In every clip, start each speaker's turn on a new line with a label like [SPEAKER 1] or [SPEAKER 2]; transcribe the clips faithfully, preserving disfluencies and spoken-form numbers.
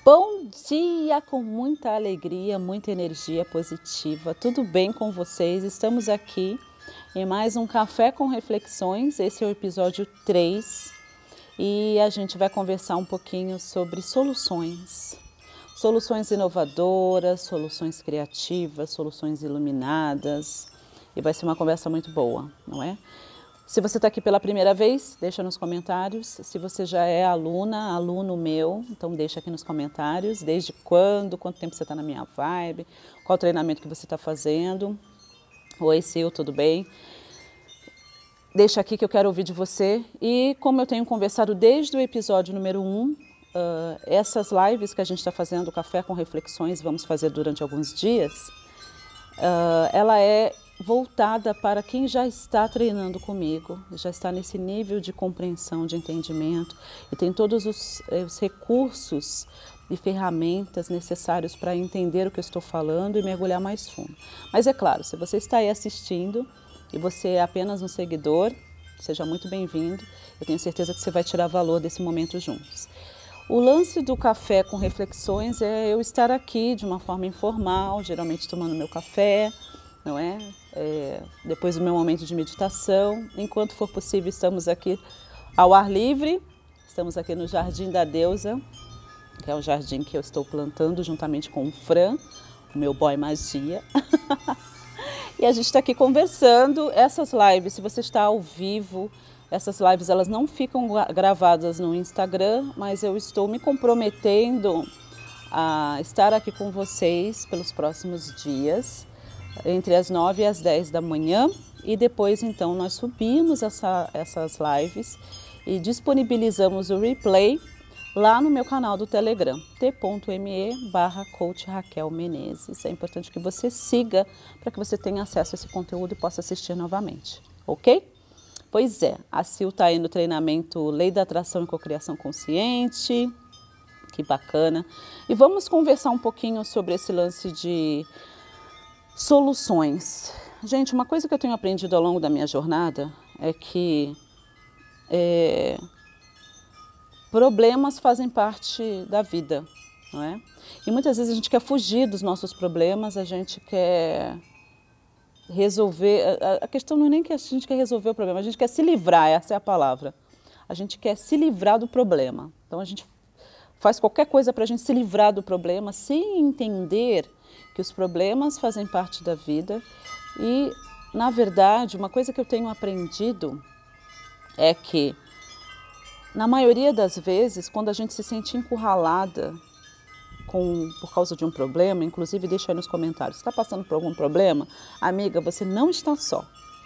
[SPEAKER 1] Bom dia, com muita alegria, muita energia positiva. Tudo bem com vocês? Estamos aqui em mais um Café com Reflexões. Esse é o episódio três e a gente vai conversar um pouquinho sobre soluções. Soluções inovadoras, soluções criativas, soluções iluminadas. E vai ser uma conversa muito boa, não é? Se você está aqui pela primeira vez, deixa nos comentários. Se você já é aluna, aluno meu, então deixa aqui nos comentários. Desde quando, quanto tempo você está na minha vibe, qual treinamento que você está fazendo. Oi, Sil, tudo bem? Deixa aqui que eu quero ouvir de você. E como eu tenho conversado desde o episódio número um, uh, essas lives que a gente está fazendo, Café com Reflexões, vamos fazer durante alguns dias, uh, ela é voltada para quem já está treinando comigo, já está nesse nível de compreensão, de entendimento e tem todos os, os recursos e ferramentas necessários para entender o que eu estou falando e mergulhar mais fundo. Mas é claro, se você está aí assistindo e você é apenas um seguidor, seja muito bem-vindo. Eu tenho certeza que você vai tirar valor desse momento juntos. O lance do Café com Reflexões é eu estar aqui de uma forma informal, geralmente tomando meu café, não é? É, depois do meu momento de meditação, enquanto for possível, estamos aqui ao ar livre, estamos aqui no Jardim da Deusa, que é o jardim que eu estou plantando juntamente com o Fran, o meu boy magia, e a gente está aqui conversando. Essas lives, se você está ao vivo, essas lives elas não ficam gravadas no Instagram, mas eu estou me comprometendo a estar aqui com vocês pelos próximos dias, entre as nove e as dez da manhã, e depois então nós subimos essa, essas lives e disponibilizamos o replay lá no meu canal do Telegram, t.me barra coach Raquel Menezes. É importante que você siga para que você tenha acesso a esse conteúdo e possa assistir novamente, ok? Pois é, a Sil está aí no treinamento Lei da Atração e Cocriação Consciente, que bacana. E vamos conversar um pouquinho sobre esse lance de soluções. Gente, uma coisa que eu tenho aprendido ao longo da minha jornada é que é, problemas fazem parte da vida, não é? E muitas vezes a gente quer fugir dos nossos problemas, a gente quer resolver. A, a questão não é nem que a gente quer resolver o problema, a gente quer se livrar, essa é a palavra. A gente quer se livrar do problema. Então a gente faz qualquer coisa para a gente se livrar do problema sem entender que os problemas fazem parte da vida. E, na verdade, uma coisa que eu tenho aprendido é que, na maioria das vezes, quando a gente se sente encurralada com, por causa de um problema, inclusive deixa aí nos comentários, está passando por algum problema? Amiga, você não está só.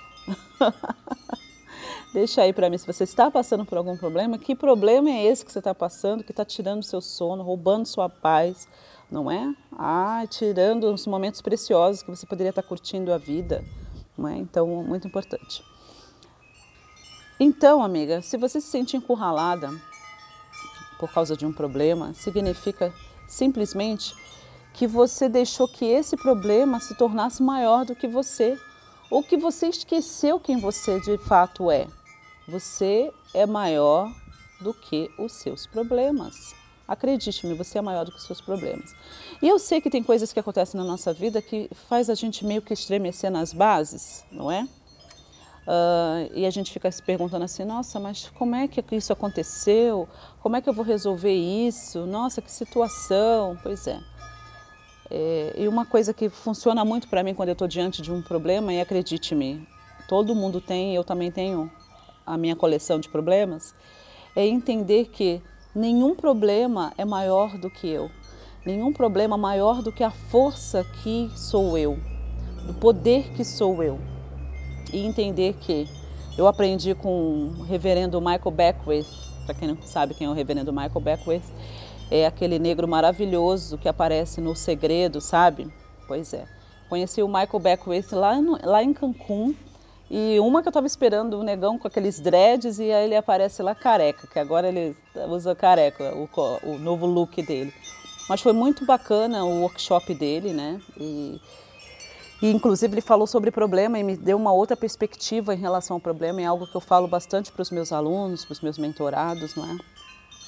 [SPEAKER 1] Deixa aí para mim, se você está passando por algum problema, que problema é esse que você está passando, que está tirando seu sono, roubando sua paz, não é? Ah, tirando os momentos preciosos que você poderia estar curtindo a vida, não é? Então, muito importante. Então, amiga, se você se sente encurralada por causa de um problema, significa simplesmente que você deixou que esse problema se tornasse maior do que você, ou que você esqueceu quem você de fato é. Você é maior do que os seus problemas. Acredite-me, você é maior do que os seus problemas. E eu sei que tem coisas que acontecem na nossa vida que faz a gente meio que estremecer nas bases, não é? Uh, e a gente fica se perguntando assim, nossa, mas como é que isso aconteceu? Como é que eu vou resolver isso? Nossa, que situação! Pois é. é e uma coisa que funciona muito para mim quando eu estou diante de um problema, e acredite-me, todo mundo tem, eu também tenho a minha coleção de problemas, é entender que nenhum problema é maior do que eu. Nenhum problema maior do que a força que sou eu, do poder que sou eu. E entender que eu aprendi com o reverendo Michael Beckwith, para quem não sabe quem é o reverendo Michael Beckwith, é aquele negro maravilhoso que aparece no Segredo, sabe? Pois é. Conheci o Michael Beckwith lá, no, lá em Cancún, e uma que eu estava esperando, o negão com aqueles dreads, e aí ele aparece lá careca, que agora ele usa careca, o, o novo look dele. Mas foi muito bacana o workshop dele, né? E, e inclusive ele falou sobre problema e me deu uma outra perspectiva em relação ao problema, é algo que eu falo bastante para os meus alunos, para os meus mentorados, não é?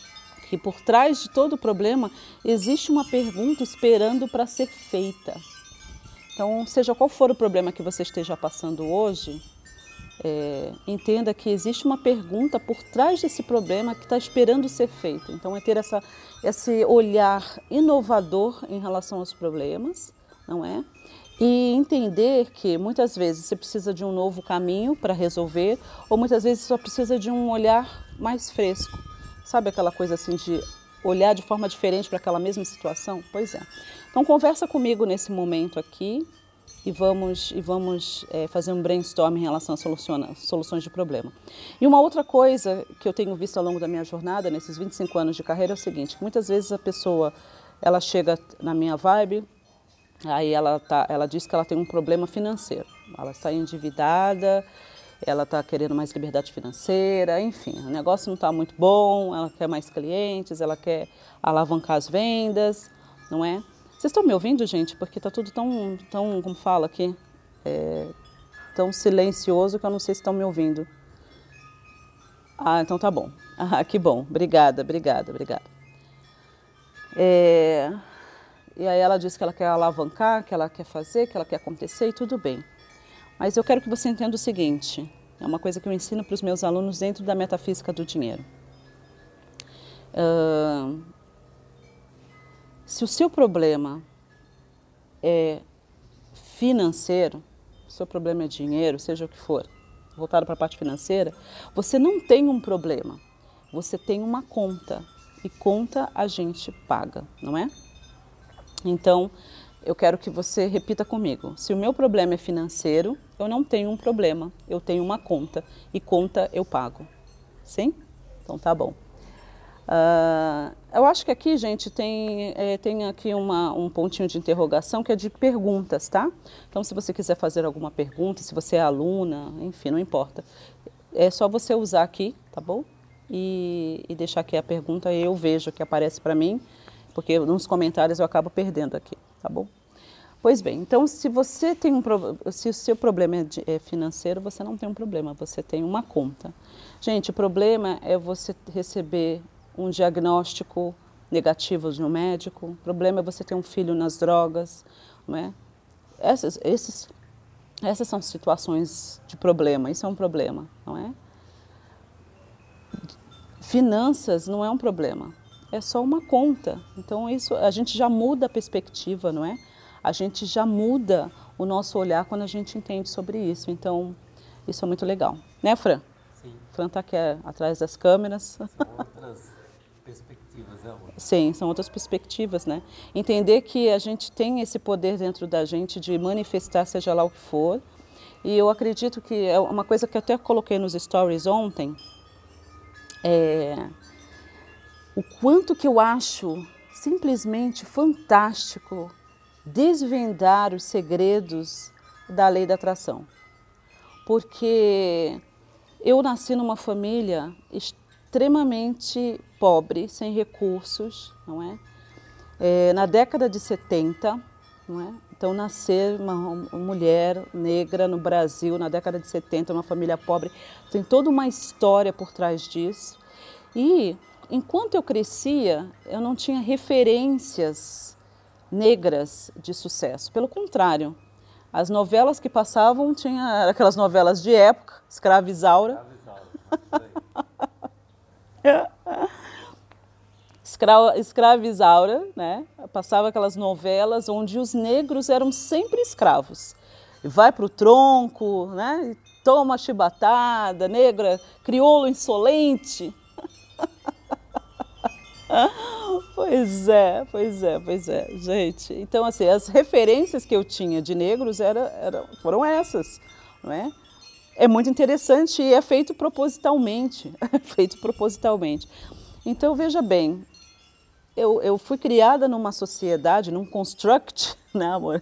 [SPEAKER 1] que por trás de todo problema existe uma pergunta esperando para ser feita. Então, seja qual for o problema que você esteja passando hoje, é, entenda que existe uma pergunta por trás desse problema que está esperando ser feita. Então, é ter essa, esse olhar inovador em relação aos problemas, não é? E entender que muitas vezes você precisa de um novo caminho para resolver, ou muitas vezes só precisa de um olhar mais fresco. Sabe aquela coisa assim de olhar de forma diferente para aquela mesma situação? Pois é. Então conversa comigo nesse momento aqui e vamos, e vamos é, fazer um brainstorm em relação a soluciona, soluções de problema. E uma outra coisa que eu tenho visto ao longo da minha jornada, nesses vinte e cinco anos de carreira, é o seguinte, que muitas vezes a pessoa, ela chega na minha vibe, aí ela, tá, ela diz que ela tem um problema financeiro, ela está endividada, ela está querendo mais liberdade financeira, enfim, o negócio não está muito bom, ela quer mais clientes, ela quer alavancar as vendas, não é? Vocês estão me ouvindo, gente? Porque está tudo tão, tão, como fala aqui, é, tão silencioso que eu não sei se estão me ouvindo. Ah, então tá bom. Ah, que bom. Obrigada, obrigada, obrigada. É... E aí ela diz que ela quer alavancar, que ela quer fazer, que ela quer acontecer e tudo bem. Mas eu quero que você entenda o seguinte, é uma coisa que eu ensino para os meus alunos dentro da metafísica do dinheiro. Uh, se o seu problema é financeiro, o seu problema é dinheiro, seja o que for, voltado para a parte financeira, você não tem um problema, você tem uma conta, e conta a gente paga, não é? Então, eu quero que você repita comigo. Se o meu problema é financeiro, eu não tenho um problema. Eu tenho uma conta. E conta eu pago. Sim? Então tá bom. Uh, eu acho que aqui, gente, tem, é, tem aqui uma, um pontinho de interrogação que é de perguntas, tá? Então, se você quiser fazer alguma pergunta, se você é aluna, enfim, não importa. É só você usar aqui, tá bom? E, e deixar aqui a pergunta e eu vejo que aparece para mim, porque nos comentários eu acabo perdendo aqui, tá bom? Pois bem, então se você tem um se o seu problema é, de, é financeiro, você não tem um problema, você tem uma conta. Gente, o problema é você receber um diagnóstico negativo de um médico, o problema é você ter um filho nas drogas, não é? Essas, esses, essas são situações de problema, isso é um problema, não é? Finanças não é um problema. É só uma conta. Então isso a gente já muda a perspectiva, não é? A gente já muda o nosso olhar quando a gente entende sobre isso. Então isso é muito legal, né, Fran?
[SPEAKER 2] Sim.
[SPEAKER 1] Fran está aqui atrás das câmeras.
[SPEAKER 2] São outras perspectivas, é outra.
[SPEAKER 1] Sim, são outras perspectivas, né? Entender que a gente tem esse poder dentro da gente de manifestar, seja lá o que for. E eu acredito que é uma coisa que eu até coloquei nos stories ontem. É o quanto que eu acho simplesmente fantástico desvendar os segredos da lei da atração. Porque eu nasci numa família extremamente pobre, sem recursos, não é? É, na década de setenta, não é? Então nascer uma, uma mulher negra no Brasil na década de setenta, numa família pobre, tem toda uma história por trás disso. E enquanto eu crescia, eu não tinha referências negras de sucesso. Pelo contrário, as novelas que passavam tinham aquelas novelas de época, Escrava Isaura. Escrava, Escrava Isaura, né? Passava aquelas novelas onde os negros eram sempre escravos. Vai para o tronco, né? Toma chibatada, negra, crioulo insolente. Pois é, pois é, pois é, gente. Então, assim, as referências que eu tinha de negros era, era, foram essas, não é? É muito interessante e é feito propositalmente, é feito propositalmente. Então, veja bem, eu, eu fui criada numa sociedade, num construct, né, amor?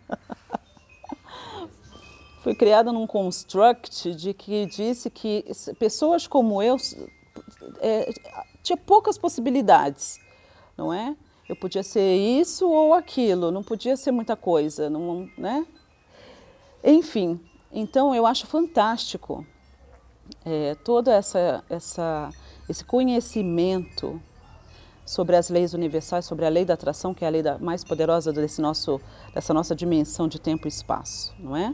[SPEAKER 1] Fui criada num construct de que disse que pessoas como eu é, tinha poucas possibilidades, não é? Eu podia ser isso ou aquilo, não podia ser muita coisa, não, né? Enfim, então eu acho fantástico é, todo essa, essa, esse conhecimento sobre as leis universais, sobre a lei da atração, que é a lei da, mais poderosa desse nosso, dessa nossa dimensão de tempo e espaço, não é?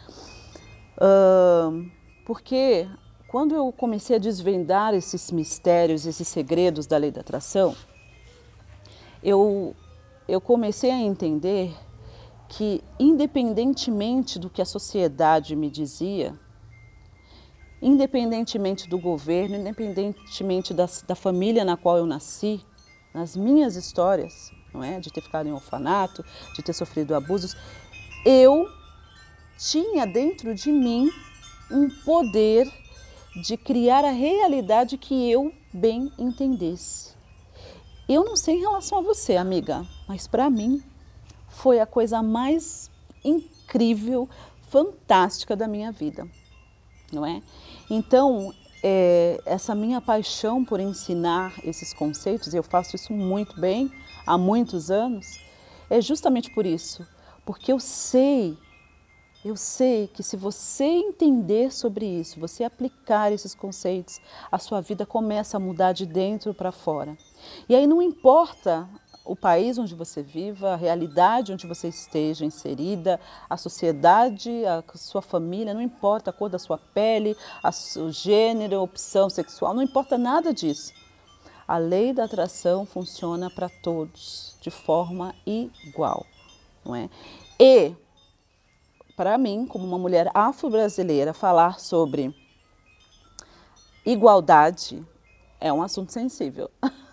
[SPEAKER 1] Uh, porque quando eu comecei a desvendar esses mistérios, esses segredos da lei da atração, eu, eu comecei a entender que, independentemente do que a sociedade me dizia, independentemente do governo, independentemente da, da família na qual eu nasci, nas minhas histórias, não é? De ter ficado em orfanato, de ter sofrido abusos, eu tinha dentro de mim um poder de criar a realidade que eu bem entendesse. Eu não sei em relação a você, amiga, mas para mim foi a coisa mais incrível, fantástica da minha vida, não é? Então, é, essa minha paixão por ensinar esses conceitos, e eu faço isso muito bem, há muitos anos, é justamente por isso, porque eu sei, eu sei que se você entender sobre isso, você aplicar esses conceitos, a sua vida começa a mudar de dentro para fora. E aí não importa o país onde você viva, a realidade onde você esteja inserida, a sociedade, a sua família, não importa a cor da sua pele, a, o gênero, a opção sexual, não importa nada disso. A lei da atração funciona para todos, de forma igual, não é? E, para mim, como uma mulher afro-brasileira, falar sobre igualdade é um assunto sensível.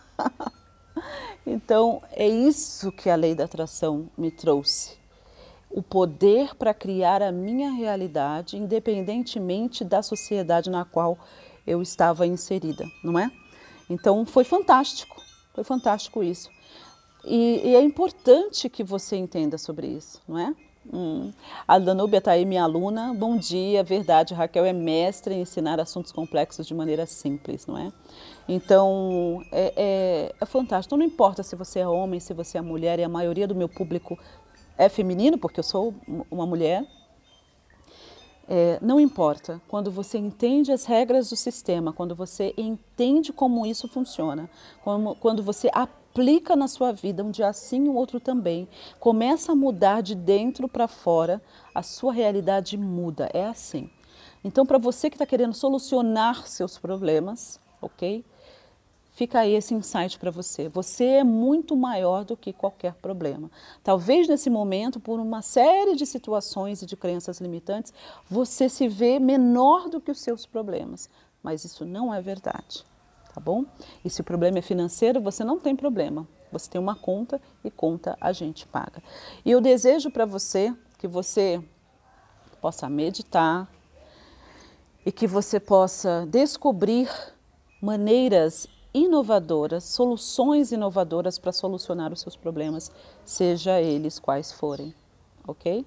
[SPEAKER 1] Então, é isso que a lei da atração me trouxe. O poder para criar a minha realidade, independentemente da sociedade na qual eu estava inserida, não é? Então, foi fantástico, foi fantástico isso. E, e é importante que você entenda sobre isso, não é? Hum. A Danúbia está aí, minha aluna. Bom dia, verdade, Raquel é mestre em ensinar assuntos complexos de maneira simples, não é? Então, é, é, é fantástico. Então, não importa se você é homem, se você é mulher, e a maioria do meu público é feminino, porque eu sou uma mulher. É, não importa, quando você entende as regras do sistema, quando você entende como isso funciona, como, quando você aplica na sua vida, um dia assim, o outro também, começa a mudar de dentro para fora, a sua realidade muda, é assim. Então, para você que está querendo solucionar seus problemas, ok? Fica aí esse insight para você. Você é muito maior do que qualquer problema. Talvez nesse momento, por uma série de situações e de crenças limitantes, você se vê menor do que os seus problemas. Mas isso não é verdade, tá bom? E se o problema é financeiro, você não tem problema. Você tem uma conta e conta a gente paga. E eu desejo para você que você possa meditar e que você possa descobrir maneiras inovadoras, soluções inovadoras para solucionar os seus problemas, seja eles quais forem, ok?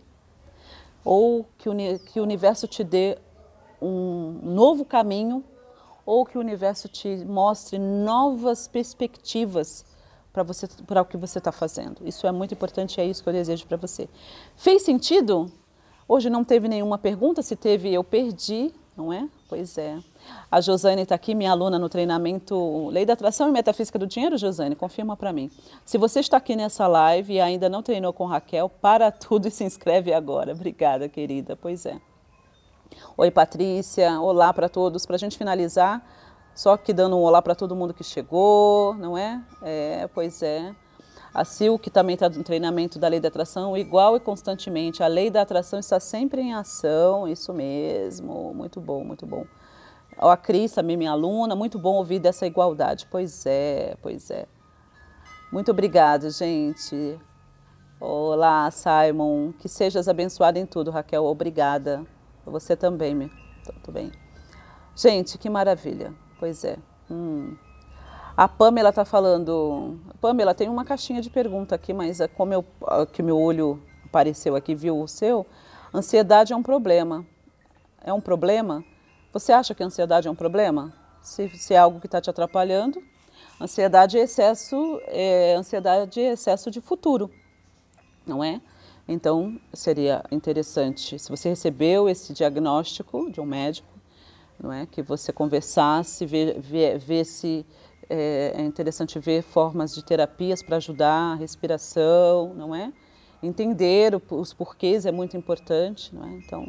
[SPEAKER 1] Ou que o, que o universo te dê um novo caminho, ou que o universo te mostre novas perspectivas para você, para o que você está fazendo. Isso é muito importante e é isso que eu desejo para você. Fez sentido? Hoje não teve nenhuma pergunta, se teve eu perdi, não é? Pois é. A Josane está aqui, minha aluna no treinamento Lei da Atração e Metafísica do Dinheiro. Josane, confirma para mim. Se você está aqui nessa live e ainda não treinou com Raquel, para tudo e se inscreve agora. Obrigada, querida. Pois é. Oi, Patrícia. Olá para todos. Para a gente finalizar, só que dando um olá para todo mundo que chegou, não é? É, pois é. A Sil, que também está no treinamento da Lei da Atração, igual e constantemente. A Lei da Atração está sempre em ação, isso mesmo. Muito bom, muito bom. A Cris, também minha aluna, muito bom ouvir dessa igualdade. Pois é, pois é. Muito obrigada, gente. Olá, Simon. Que sejas abençoada em tudo, Raquel. Obrigada. Você também, meu. Tudo bem. Gente, que maravilha. Pois é. Hum. A Pamela está falando... Pamela, tem uma caixinha de pergunta aqui, mas como eu, que meu olho apareceu aqui, viu o seu, ansiedade é um problema. É um problema? Você acha que a ansiedade é um problema? Se, se é algo que está te atrapalhando, ansiedade é excesso, é, ansiedade é excesso de futuro, não é? Então, seria interessante, se você recebeu esse diagnóstico de um médico, não é? Que você conversasse, ver, ver, ver se é, é interessante ver formas de terapias para ajudar a respiração, não é? Entender o, os porquês é muito importante, não é? Então,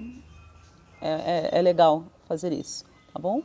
[SPEAKER 1] é, é, é legal fazer isso, tá bom?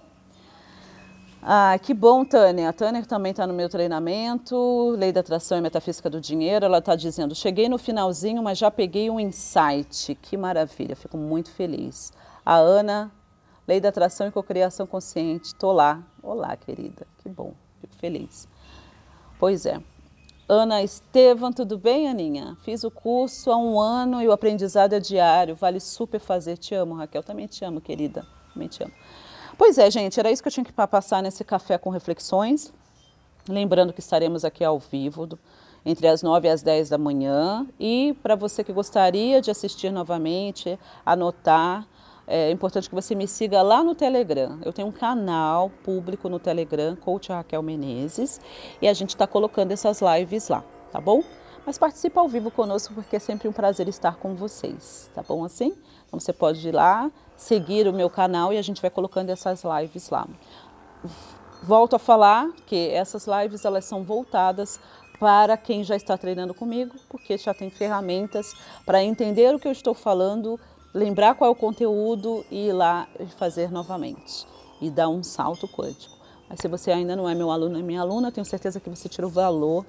[SPEAKER 1] Ah, que bom, Tânia. A Tânia também está no meu treinamento, Lei da Atração e Metafísica do Dinheiro. Ela está dizendo, cheguei no finalzinho, mas já peguei um insight. Que maravilha, fico muito feliz. A Ana, Lei da Atração e Cocriação Consciente, tô lá. Olá, querida, que bom, fico feliz. Pois é. Ana Estevam, tudo bem, Aninha? Fiz o curso há um ano e o aprendizado é diário, vale super fazer. Te amo, Raquel, também te amo, querida, também te amo. Pois é, gente, era isso que eu tinha que passar nesse Café com Reflexões. Lembrando que estaremos aqui ao vivo, do, entre as nove e as dez da manhã. E para você que gostaria de assistir novamente, anotar, é importante que você me siga lá no Telegram. Eu tenho um canal público no Telegram, Coach Raquel Menezes, e a gente está colocando essas lives lá, tá bom? Mas participa ao vivo conosco, porque é sempre um prazer estar com vocês, tá bom assim? Então você pode ir lá, seguir o meu canal e a gente vai colocando essas lives lá. Volto a falar que essas lives elas são voltadas para quem já está treinando comigo, porque já tem ferramentas para entender o que eu estou falando, lembrar qual é o conteúdo e ir lá e fazer novamente e dar um salto quântico. Mas se você ainda não é meu aluno e minha aluna, eu tenho certeza que você tirou valor,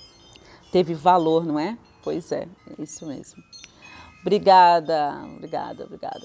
[SPEAKER 1] teve valor, não é? Pois é, é isso mesmo. Obrigada, obrigada, obrigada.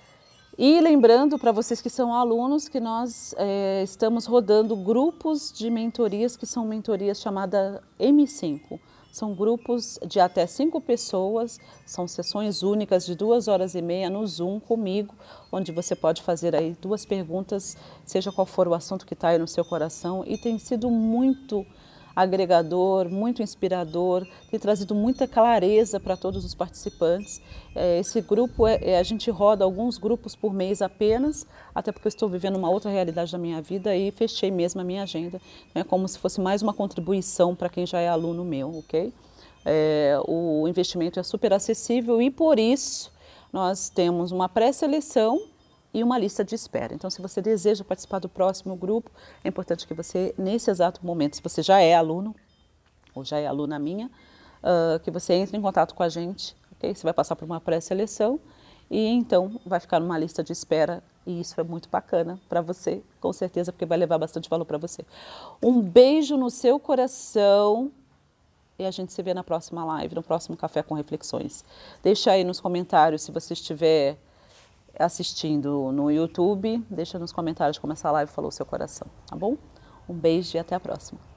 [SPEAKER 1] E lembrando para vocês que são alunos que nós é, estamos rodando grupos de mentorias que são mentorias chamadas M cinco. São grupos de até cinco pessoas, são sessões únicas de duas horas e meia no Zoom comigo, onde você pode fazer aí duas perguntas, seja qual for o assunto que está aí no seu coração, e tem sido muito agregador, muito inspirador, tem trazido muita clareza para todos os participantes. Esse grupo, é, a gente roda alguns grupos por mês apenas, até porque eu estou vivendo uma outra realidade da minha vida e fechei mesmo a minha agenda. É como se fosse mais uma contribuição para quem já é aluno meu, ok? É, o investimento é super acessível e por isso nós temos uma pré-seleção e uma lista de espera. Então, se você deseja participar do próximo grupo, é importante que você, nesse exato momento, se você já é aluno, ou já é aluna minha, uh, que você entre em contato com a gente, ok? Você vai passar por uma pré-seleção e então vai ficar numa lista de espera e isso é muito bacana para você, com certeza, porque vai levar bastante valor para você. Um beijo no seu coração e a gente se vê na próxima live, no próximo Café com Reflexões. Deixa aí nos comentários se você estiver assistindo no YouTube, deixa nos comentários como essa live falou o seu coração, tá bom? Um beijo e até a próxima.